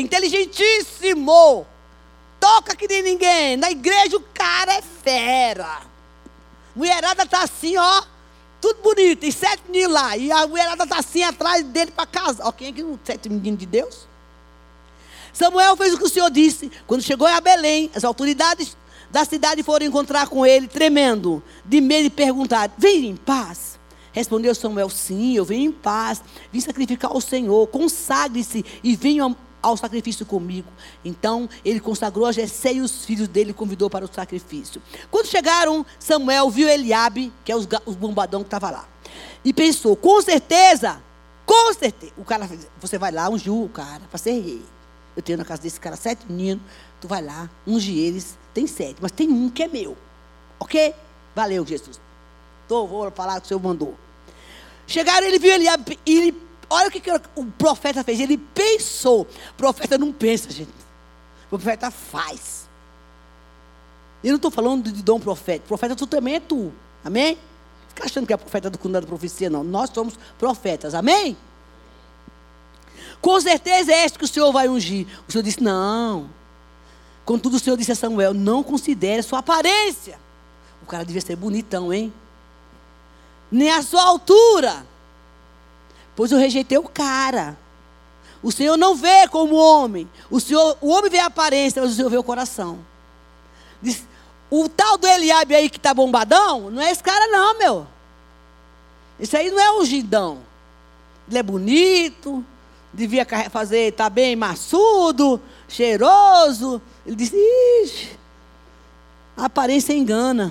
inteligentíssimo. Toca que nem ninguém. Na igreja o cara é fera. mulherada está assim, ó, tudo bonito, tem 7 meninos lá, e a mulherada está assim atrás dele para casa. Ó, quem é que não 7 meninos de Deus? Samuel fez o que o Senhor disse. Quando chegou a Belém, as autoridades da cidade foram encontrar com ele, tremendo, de medo, e perguntaram: vem em paz? Respondeu Samuel: sim, eu venho em paz, vim sacrificar ao Senhor, consagre-se e venha ao sacrifício comigo. Então ele consagrou a Jessé e os filhos dele, convidou para o sacrifício. Quando chegaram, Samuel viu Eliabe, que é os bombadão que estava lá, e pensou: com certeza, o cara fez, você vai lá, ungiu o cara para ser rei. Eu tenho na casa desse cara 7 meninos, tu vai lá, unge eles, tem 7, mas tem um que é meu, ok? Valeu, Jesus, vou falar o que o Senhor mandou. Chegaram, ele viu Eliabe, e ele, olha o que o profeta fez, ele pensou. O profeta não pensa, gente, o profeta faz. Eu não estou falando de dom profético, profeta tu também é tu, amém? Fica achando que é profeta do cunho da profecia, não, nós somos profetas, amém? Com certeza é este que o Senhor vai ungir. O Senhor disse: não. Contudo o Senhor disse a Samuel: não considere sua aparência. O cara devia ser bonitão, hein? Nem a sua altura, pois eu rejeitei o cara. O Senhor não vê como homem. O homem vê a aparência, mas o Senhor vê o coração. Diz, o tal do Eliabe aí que está bombadão, não é esse cara não, meu. Esse aí não é ungidão. Ele é bonito, devia fazer, está bem maçudo, cheiroso. Ele disse: ixi, a aparência engana.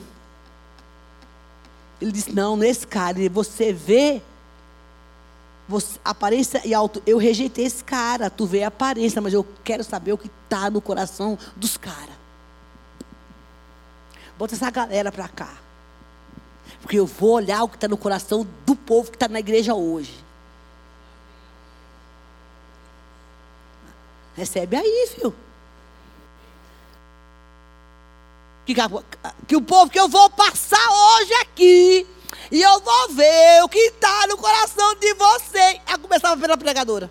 Ele disse: não, nesse cara, você vê, aparência e alto, eu rejeitei esse cara, tu vê a aparência, mas eu quero saber o que está no coração dos caras. Bota essa galera para cá, porque eu vou olhar o que está no coração do povo que está na igreja hoje. Recebe aí, filho. Que o povo que eu vou passar hoje aqui, e eu vou ver o que está no coração de você. Ela começava pela pregadora.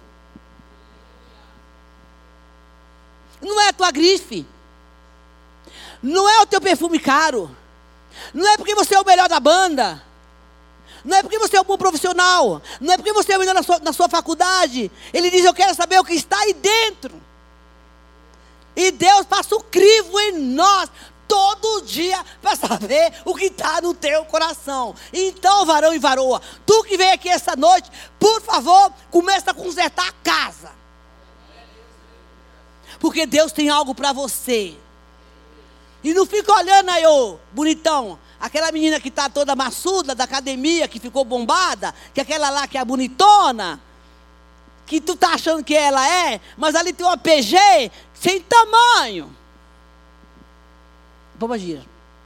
Não é a tua grife, não é o teu perfume caro, não é porque você é o melhor da banda, não é porque você é um bom profissional, não é porque você é o melhor na sua faculdade. Ele diz: eu quero saber o que está aí dentro. E Deus passa o crivo em nós todo dia para saber o que está no teu coração. Então, varão e varoa, tu que veio aqui essa noite, por favor, começa a consertar a casa, porque Deus tem algo para você. E não fica olhando aí, ô bonitão, aquela menina que está toda maçuda da academia, que ficou bombada, que aquela lá que é a bonitona, que tu está achando que ela é, mas ali tem uma PG sem tamanho. Vamos gira.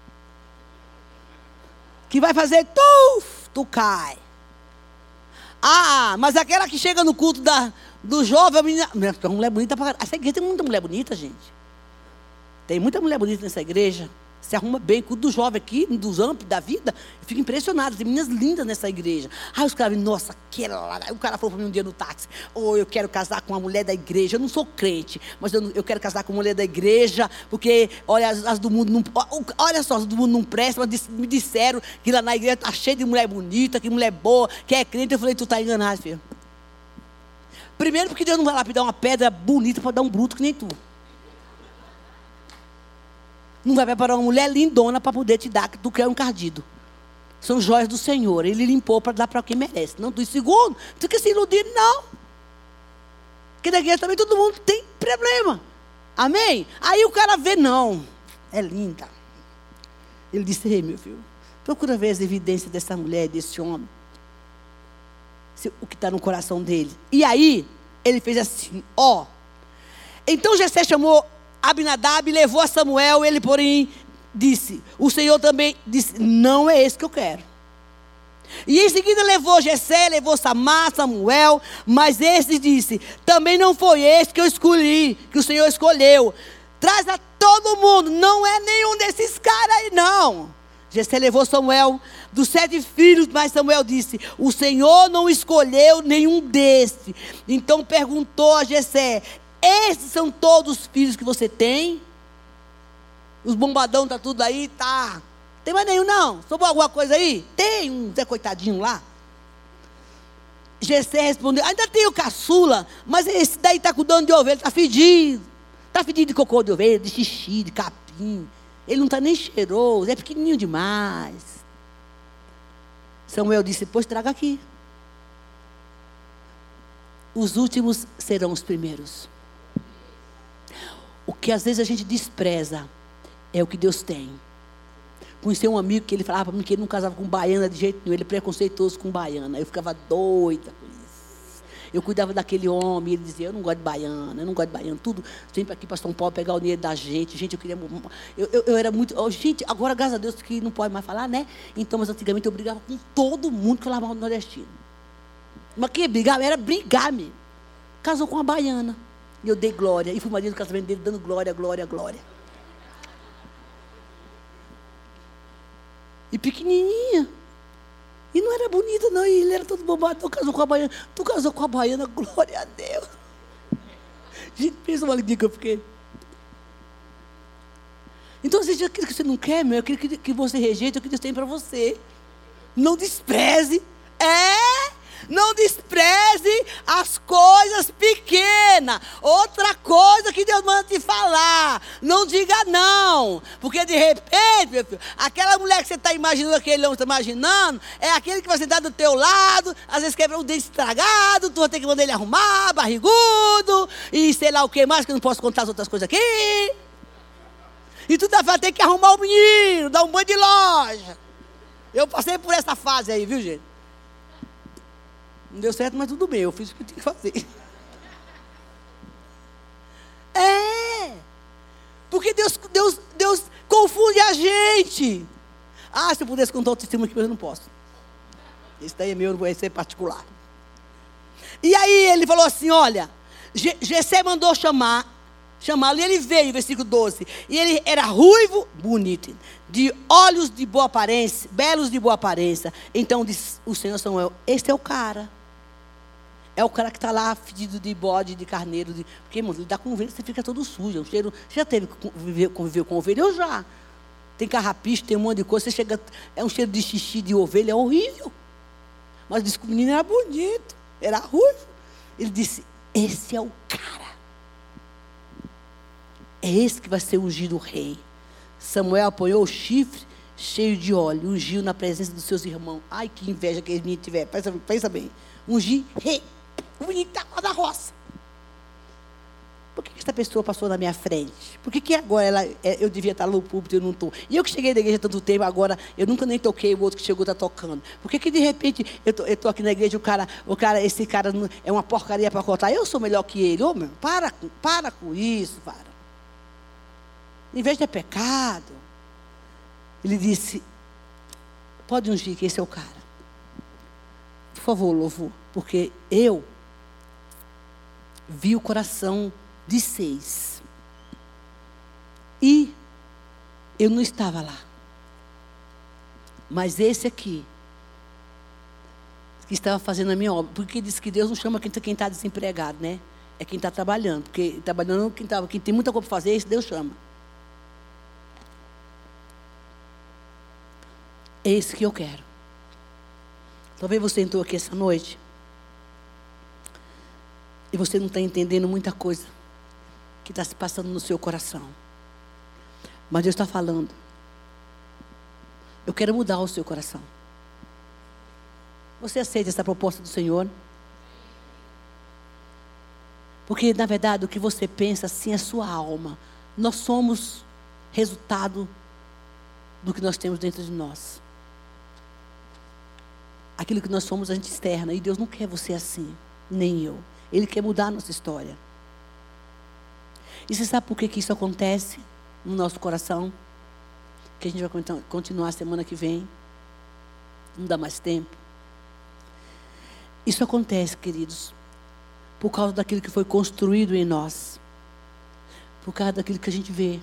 Que vai fazer tu cai. Ah, mas aquela que chega no culto do jovem, a menina, uma mulher bonita pra caralho. Essa igreja tem muita mulher bonita, gente. Tem muita mulher bonita nessa igreja. Se arruma bem, culto do jovem aqui, dos amplos da vida. Eu fico impressionado, tem meninas lindas nessa igreja. Aí os caras, nossa, aquela lá. Aí o cara falou para mim um dia no táxi: eu quero casar com uma mulher da igreja. Eu não sou crente, mas eu quero casar com uma mulher da igreja, porque, olha, as do mundo não. Olha só, as do mundo não prestam, mas me disseram que lá na igreja está cheio de mulher bonita, que mulher boa, que é crente. Eu falei: tu está enganado, filho. Primeiro, porque Deus não vai lá pedir uma pedra bonita para dar um bruto que nem tu. Não vai preparar uma mulher lindona para poder te dar, que tu quer um encardido. São joias do Senhor. Ele limpou para dar para quem merece. Não do segundo, tu fica se iludindo, não. Porque na igreja também todo mundo tem problema. Amém? Aí o cara vê, não, é linda. Ele disse: ei, meu filho, procura ver as evidências dessa mulher, desse homem. O que está no coração dele. E aí, ele fez assim, ó. Então Jessé chamou Abinadab, levou a Samuel. Ele, porém, disse: o Senhor também disse: não é esse que eu quero. E em seguida levou Jessé, levou Samar, Samuel. Mas esse disse: também não foi esse que eu escolhi, que o Senhor escolheu. Traz a todo mundo, não é nenhum desses caras aí não. Jessé levou Samuel, dos 7 filhos, mas Samuel disse: o Senhor não escolheu nenhum desses. Então perguntou a Jessé: esses são todos os filhos que você tem? Os bombadão tá tudo aí, tá Tem mais nenhum, não? Sobrou alguma coisa aí? Tem um Zé Coitadinho lá. Jessé respondeu, ainda tem o caçula, mas esse daí está cuidando de ovelha, está fedido. Está fedido de cocô de ovelha, de xixi, de capim. Ele não está nem cheiroso, é pequenininho demais. Samuel disse, pois traga aqui. Os últimos serão os primeiros. O que às vezes a gente despreza é o que Deus tem. Conheci um amigo que ele falava para mim que ele não casava com baiana de jeito nenhum, ele é preconceituoso com baiana. Eu ficava doida com isso. Eu cuidava daquele homem, ele dizia, eu não gosto de baiana, tudo sempre aqui para São Paulo pegar o dinheiro da gente. Gente, eu queria. Eu era muito. Gente, agora, graças a Deus, que não pode mais falar, né? Então, mas antigamente eu brigava com todo mundo que falava mal do nordestino. Mas que brigar? Era brigar mesmo. Casou com uma baiana. E eu dei glória. E fui marido do casamento dele, dando glória, glória, glória. E pequenininha. E não era bonita, não. E ele era todo bobado. Tu casou com a baiana. Tu casou com a baiana, glória a Deus. Gente, pensa uma alegria que eu fiquei. Então, aquilo que você não quer, meu, aquilo que você rejeita, é o que Deus tem para você. Não despreze. Não despreze as coisas pequenas. Outra coisa que Deus manda te falar. Não diga não. Porque de repente, meu filho, aquela mulher que você está imaginando, aquele homem que está imaginando, é aquele que vai sentar do teu lado, às vezes quebra um dente estragado, tu vai ter que mandar ele arrumar, barrigudo, e sei lá o que mais, que eu não posso contar as outras coisas aqui. E tu vai ter que arrumar o menino, dar um banho de loja. Eu passei por essa fase aí, viu, gente? Não deu certo, mas tudo bem, eu fiz o que eu tinha que fazer. Porque Deus confunde a gente. Se eu pudesse contar o testemunho aqui, mas eu não posso. Esse daí é meu, não vai ser particular. E aí ele falou assim, olha, Jessé mandou chamá-lo, e ele veio, versículo 12, e ele era ruivo, bonito, de olhos de boa aparência, belos de boa aparência. Então disse o Senhor Samuel, este é o cara. É o cara que está lá, fedido de bode, de carneiro. Porque, irmão, ele dá com ovelha, você fica todo sujo. É um cheiro. Já teve conviver com ovelha? Eu já. Tem carrapicho, tem um monte de coisa. Você chega, é um cheiro de xixi de ovelha, é horrível. Mas disse que o menino era bonito, era ruivo. Ele disse, esse é o cara. É esse que vai ser ungido o rei. Samuel apanhou o chifre cheio de óleo, ungiu na presença dos seus irmãos. Ai, que inveja que esse menino tiver. Pensa bem. Ungir rei. O menino está lá na roça. Por que essa pessoa passou na minha frente? Por que agora eu devia estar no púlpito e eu não estou? E eu que cheguei da igreja há tanto tempo, agora eu nunca nem toquei, o outro que chegou está tocando. Por que de repente eu estou aqui na igreja, esse cara é uma porcaria para cortar? Eu sou melhor que ele. Ô, meu, para com isso, para. Inveja é pecado. Ele disse, pode ungir que esse é o cara. Por favor, louvor, porque eu vi o coração de 6. E eu não estava lá. Mas esse aqui, que estava fazendo a minha obra, porque disse que Deus não chama quem está desempregado, né? É quem está trabalhando. Porque trabalhando, quem tem muita coisa para fazer, esse Deus chama. É esse que eu quero. Talvez você entrou aqui essa noite e você não está entendendo muita coisa que está se passando no seu coração. Mas Deus está falando. Eu quero mudar o seu coração. Você aceita essa proposta do Senhor? Porque, na verdade, o que você pensa, assim, é a sua alma. Nós somos resultado do que nós temos dentro de nós. Aquilo que nós somos, a gente externa. E Deus não quer você assim, nem eu. Ele quer mudar a nossa história. E você sabe por que isso acontece no nosso coração? Que a gente vai continuar a semana que vem. Não dá mais tempo. Isso acontece, queridos, por causa daquilo que foi construído em nós. Por causa daquilo que a gente vê.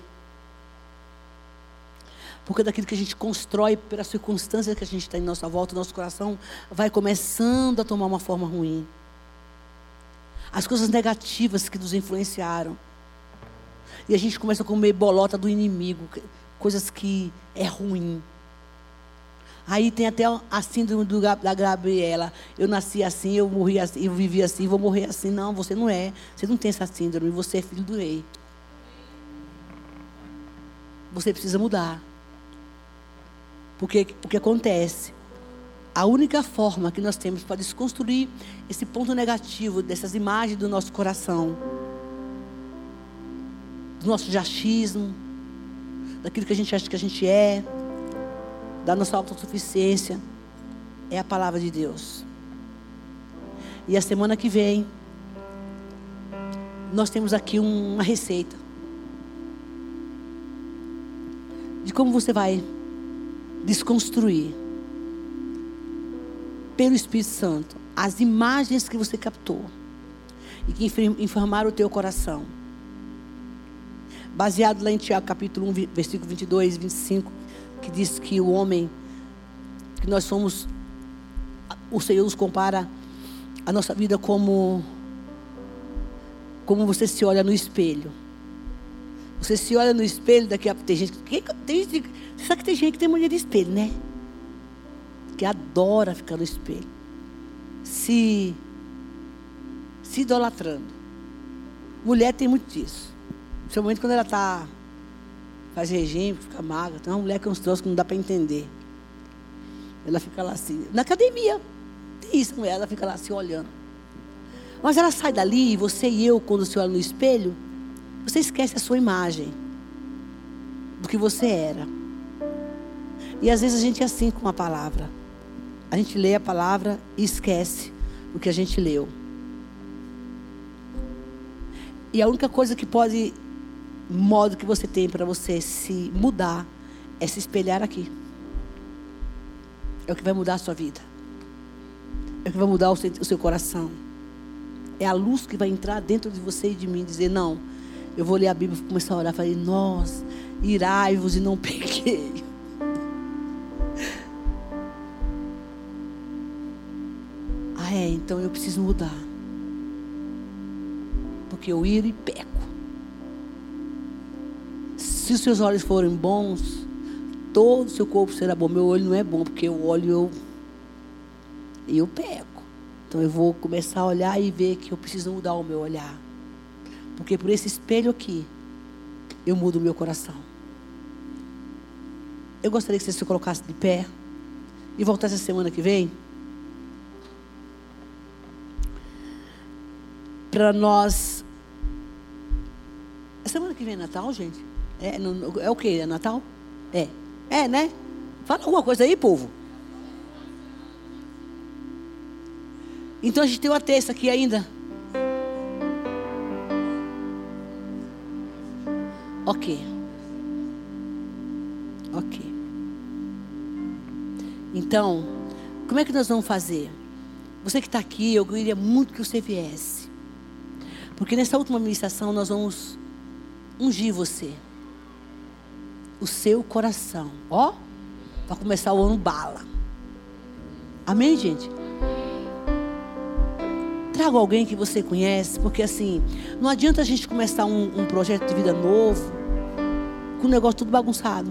Por causa daquilo que a gente constrói pela circunstância que a gente está em nossa volta, o nosso coração vai começando a tomar uma forma ruim. As coisas negativas que nos influenciaram. E a gente começa a comer bolota do inimigo, coisas que é ruim. Aí tem até a síndrome da Gabriela. Eu nasci assim, eu morri assim, eu vivi assim, vou morrer assim. Não, você não é. Você não tem essa síndrome, você é filho do rei. Você precisa mudar. Porque o que acontece? A única forma que nós temos para desconstruir esse ponto negativo dessas imagens do nosso coração, do nosso achismo, daquilo que a gente acha que a gente é, da nossa autossuficiência, é a palavra de Deus. E a semana que vem, nós temos aqui uma receita de como você vai desconstruir, pelo Espírito Santo, as imagens que você captou e que informaram o teu coração. Baseado lá em Tiago capítulo 1, versículo 22 e 25, que diz que o homem, que nós somos, o Senhor nos compara a nossa vida como você se olha no espelho. Você se olha no espelho, daqui a tem gente, você sabe que tem gente que tem mania de espelho, né? Que adora ficar no espelho, se idolatrando. Mulher tem muito disso, principalmente quando ela faz regime, fica magra. Tem uma mulher que é uns troços que não dá para entender. Ela fica lá assim, na academia tem isso, mulher, ela fica lá se olhando. Mas ela sai dali, e você e eu, quando se olha no espelho, você esquece a sua imagem, do que você era. E às vezes a gente é assim com a palavra. A gente lê a palavra e esquece o que a gente leu. E a única coisa que modo que você tem para você se mudar, é se espelhar aqui. É o que vai mudar a sua vida. É o que vai mudar o seu coração. É a luz que vai entrar dentro de você e de mim, dizer, não, eu vou ler a Bíblia e começar a orar. Falei, nós, irai-vos e não pequei. Então eu preciso mudar. Porque eu iro e peco. Se os seus olhos forem bons, todo o seu corpo será bom. Meu olho não é bom, porque eu olho e eu peco. Então eu vou começar a olhar e ver que eu preciso mudar o meu olhar. Porque por esse espelho aqui, eu mudo o meu coração. Eu gostaria que você se colocasse de pé e voltasse a semana que vem, para nós. A semana que vem é Natal, gente? É o quê? É Natal? É, né? Fala alguma coisa aí, povo. Então a gente tem uma terça aqui ainda. Ok. Então, como é que nós vamos fazer? Você que está aqui, eu queria muito que você viesse. Porque nessa última ministração nós vamos ungir você. O seu coração. Ó, para começar o ano bala. Amém, gente? Traga alguém que você conhece, porque assim, não adianta a gente começar um projeto de vida novo com o negócio tudo bagunçado.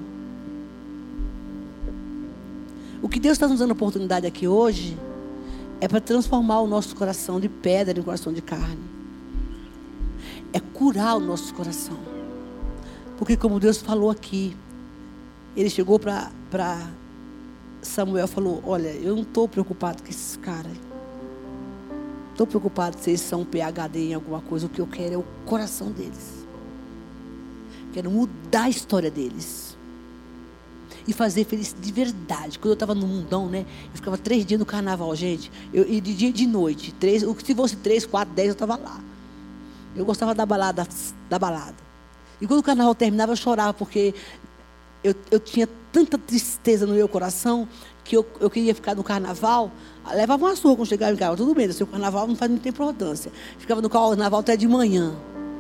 O que Deus está nos dando a oportunidade aqui hoje é para transformar o nosso coração de pedra em coração de carne. É curar o nosso coração. Porque como Deus falou aqui, Ele chegou para Samuel e falou, olha, eu não estou preocupado com esses caras. Estou preocupado se eles são PhD em alguma coisa. O que eu quero é o coração deles. Quero mudar a história deles. E fazer feliz de verdade. Quando eu estava no mundão, né? Eu ficava 3 dias no carnaval, gente. E de dia e de noite. Se fosse 3, 4, 10, eu estava lá. Eu gostava da balada. E quando o carnaval terminava, eu chorava, porque eu tinha tanta tristeza no meu coração, que eu queria ficar no carnaval. Levava uma surra quando chegava em casa. Tudo bem, o carnaval não faz muita importância. Ficava no carnaval até de manhã.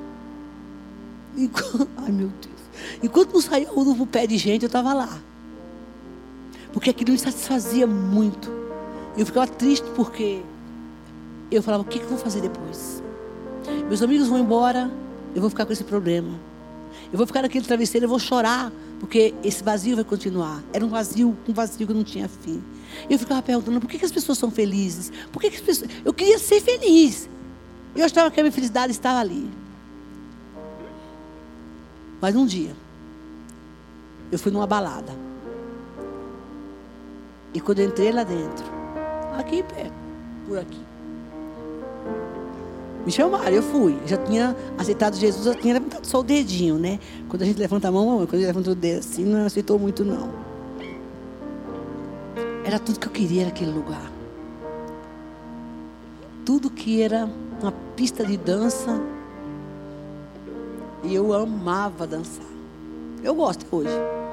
Ai, meu Deus. Enquanto não saía o pé de gente, eu estava lá. Porque aquilo me satisfazia muito. Eu ficava triste porque eu falava, o que eu vou fazer depois? Meus amigos vão embora, eu vou ficar com esse problema. Eu vou ficar naquele travesseiro, eu vou chorar, Porque esse vazio vai continuar. Era um vazio que não tinha fim. E eu ficava perguntando, por que as pessoas são felizes? Por que as pessoas... Eu queria ser feliz. Eu achava que a minha felicidade estava ali. Mas um dia, eu fui numa balada. E quando eu entrei lá dentro, aqui perto, por aqui, me chamaram, eu fui. Eu já tinha aceitado Jesus, eu tinha levantado só o dedinho, né? Quando a gente levanta a mão, quando a gente levanta o dedo assim, não aceitou muito não. Era tudo que eu queria naquele lugar. Tudo que era uma pista de dança. E eu amava dançar. Eu gosto hoje.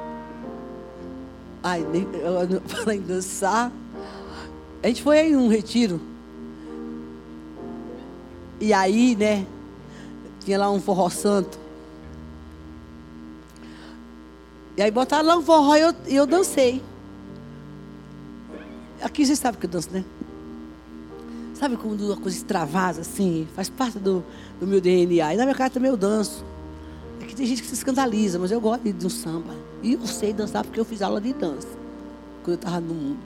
Ai, falar em dançar. A gente foi em um retiro. E aí, né? Tinha lá um forró santo. E aí botaram lá um forró e eu dancei. Aqui vocês sabem que eu danço, né? Sabe quando uma coisa extravasa assim? Faz parte do meu DNA. E na minha casa também eu danço. Aqui tem gente que se escandaliza, mas eu gosto de um samba. E eu sei dançar porque eu fiz aula de dança quando eu estava no mundo.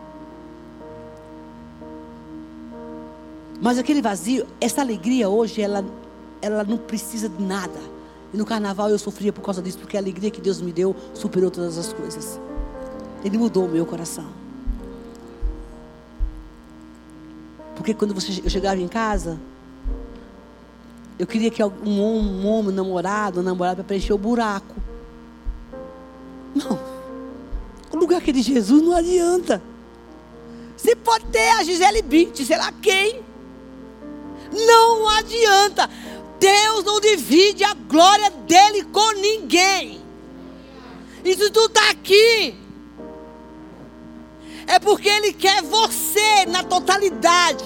Mas aquele vazio, essa alegria hoje, ela não precisa de nada. E no carnaval eu sofria por causa disso, porque a alegria que Deus me deu superou todas as coisas. Ele mudou o meu coração. Porque quando eu chegava em casa, eu queria que um homem namorado para preencher o buraco. Não. O lugar que é de Jesus não adianta. Você pode ter a Gisele Bündchen, sei lá quem. Não adianta. Deus não divide a glória dele com ninguém. E se tu está aqui, é porque ele quer você na totalidade.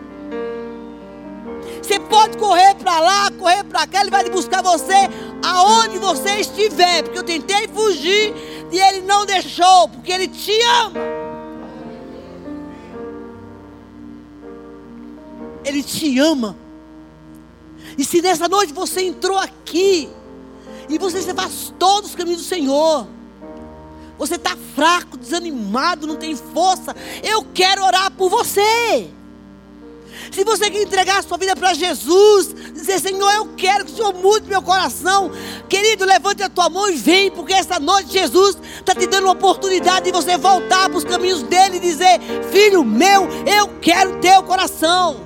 Você pode correr para lá, correr para cá, ele vai buscar você aonde você estiver. Porque eu tentei fugir e ele não deixou, porque ele te ama. Ele te ama. E se nessa noite você entrou aqui e você se afastou dos caminhos do Senhor, você está fraco, desanimado, não tem força, eu quero orar por você. Se você quer entregar a sua vida para Jesus, dizer, Senhor, eu quero que o Senhor mude meu coração. Querido, levante a tua mão e vem, porque essa noite Jesus está te dando uma oportunidade de você voltar para os caminhos dele e dizer, filho meu, eu quero teu coração.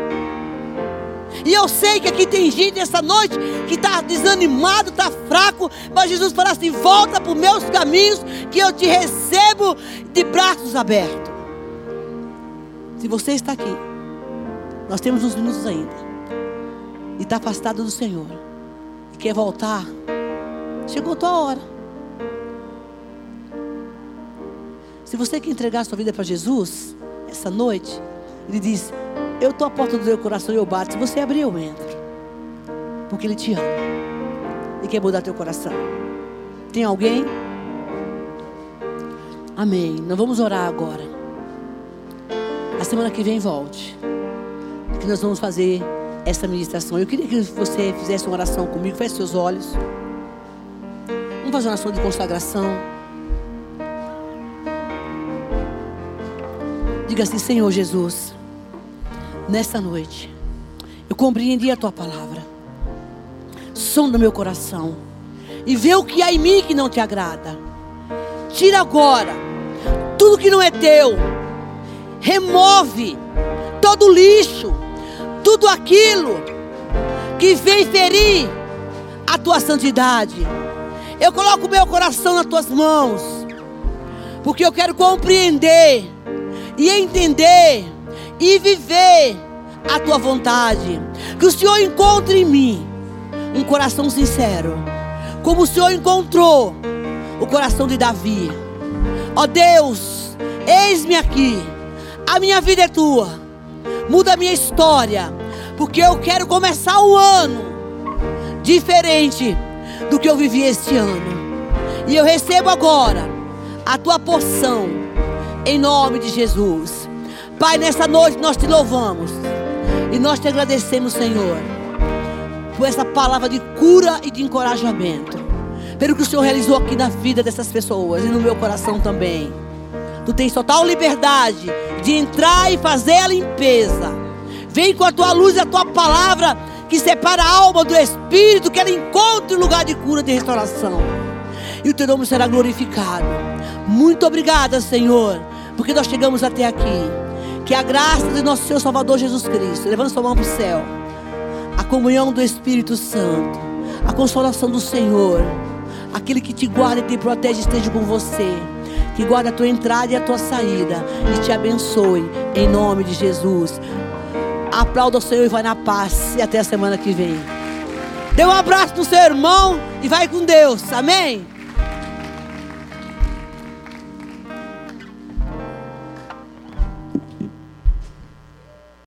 E eu sei que aqui tem gente essa noite que está desanimado, está fraco, mas Jesus fala assim, volta para os meus caminhos, que eu te recebo de braços abertos. Se você está aqui, nós temos uns minutos ainda, e está afastado do Senhor, e quer voltar, chegou a tua hora. Se você quer entregar a sua vida para Jesus, essa noite, ele diz, eu estou à porta do teu coração e eu bato. Se você abrir, eu entro. Porque ele te ama. E quer mudar teu coração. Tem alguém? Amém. Nós vamos orar agora. A semana que vem volte. Que nós vamos fazer essa ministração. Eu queria que você fizesse uma oração comigo. Feche seus olhos. Vamos fazer uma oração de consagração. Diga assim, Senhor Jesus, nessa noite, eu compreendi a tua palavra. Sonda meu coração e vê o que há em mim que não te agrada. Tira agora tudo que não é teu. Remove todo o lixo, tudo aquilo que vem ferir a tua santidade. Eu coloco o meu coração nas tuas mãos, porque eu quero compreender e entender e viver a tua vontade. Que o Senhor encontre em mim um coração sincero, como o Senhor encontrou o coração de Davi. Ó Deus, eis-me aqui, a minha vida é tua, muda a minha história, porque eu quero começar um ano diferente do que eu vivi este ano. E eu recebo agora a tua porção, em nome de Jesus. Pai, nessa noite nós te louvamos e nós te agradecemos, Senhor, por essa palavra de cura e de encorajamento. pelo que o Senhor realizou aqui na vida dessas pessoas e no meu coração também. Tu tens total liberdade de entrar e fazer a limpeza. Vem com a tua luz e a tua palavra que separa a alma do espírito, que ela encontre um lugar de cura, de restauração. E o teu nome será glorificado. Muito obrigada, Senhor, porque nós chegamos até aqui. Que a graça de nosso Senhor Salvador Jesus Cristo, levando sua mão para o céu, a comunhão do Espírito Santo, a consolação do Senhor, aquele que te guarda e te protege, esteja com você, que guarda a tua entrada e a tua saída, e te abençoe, em nome de Jesus. Aplauda o Senhor e vai na paz, e até a semana que vem. Dê um abraço no seu irmão e vai com Deus, amém?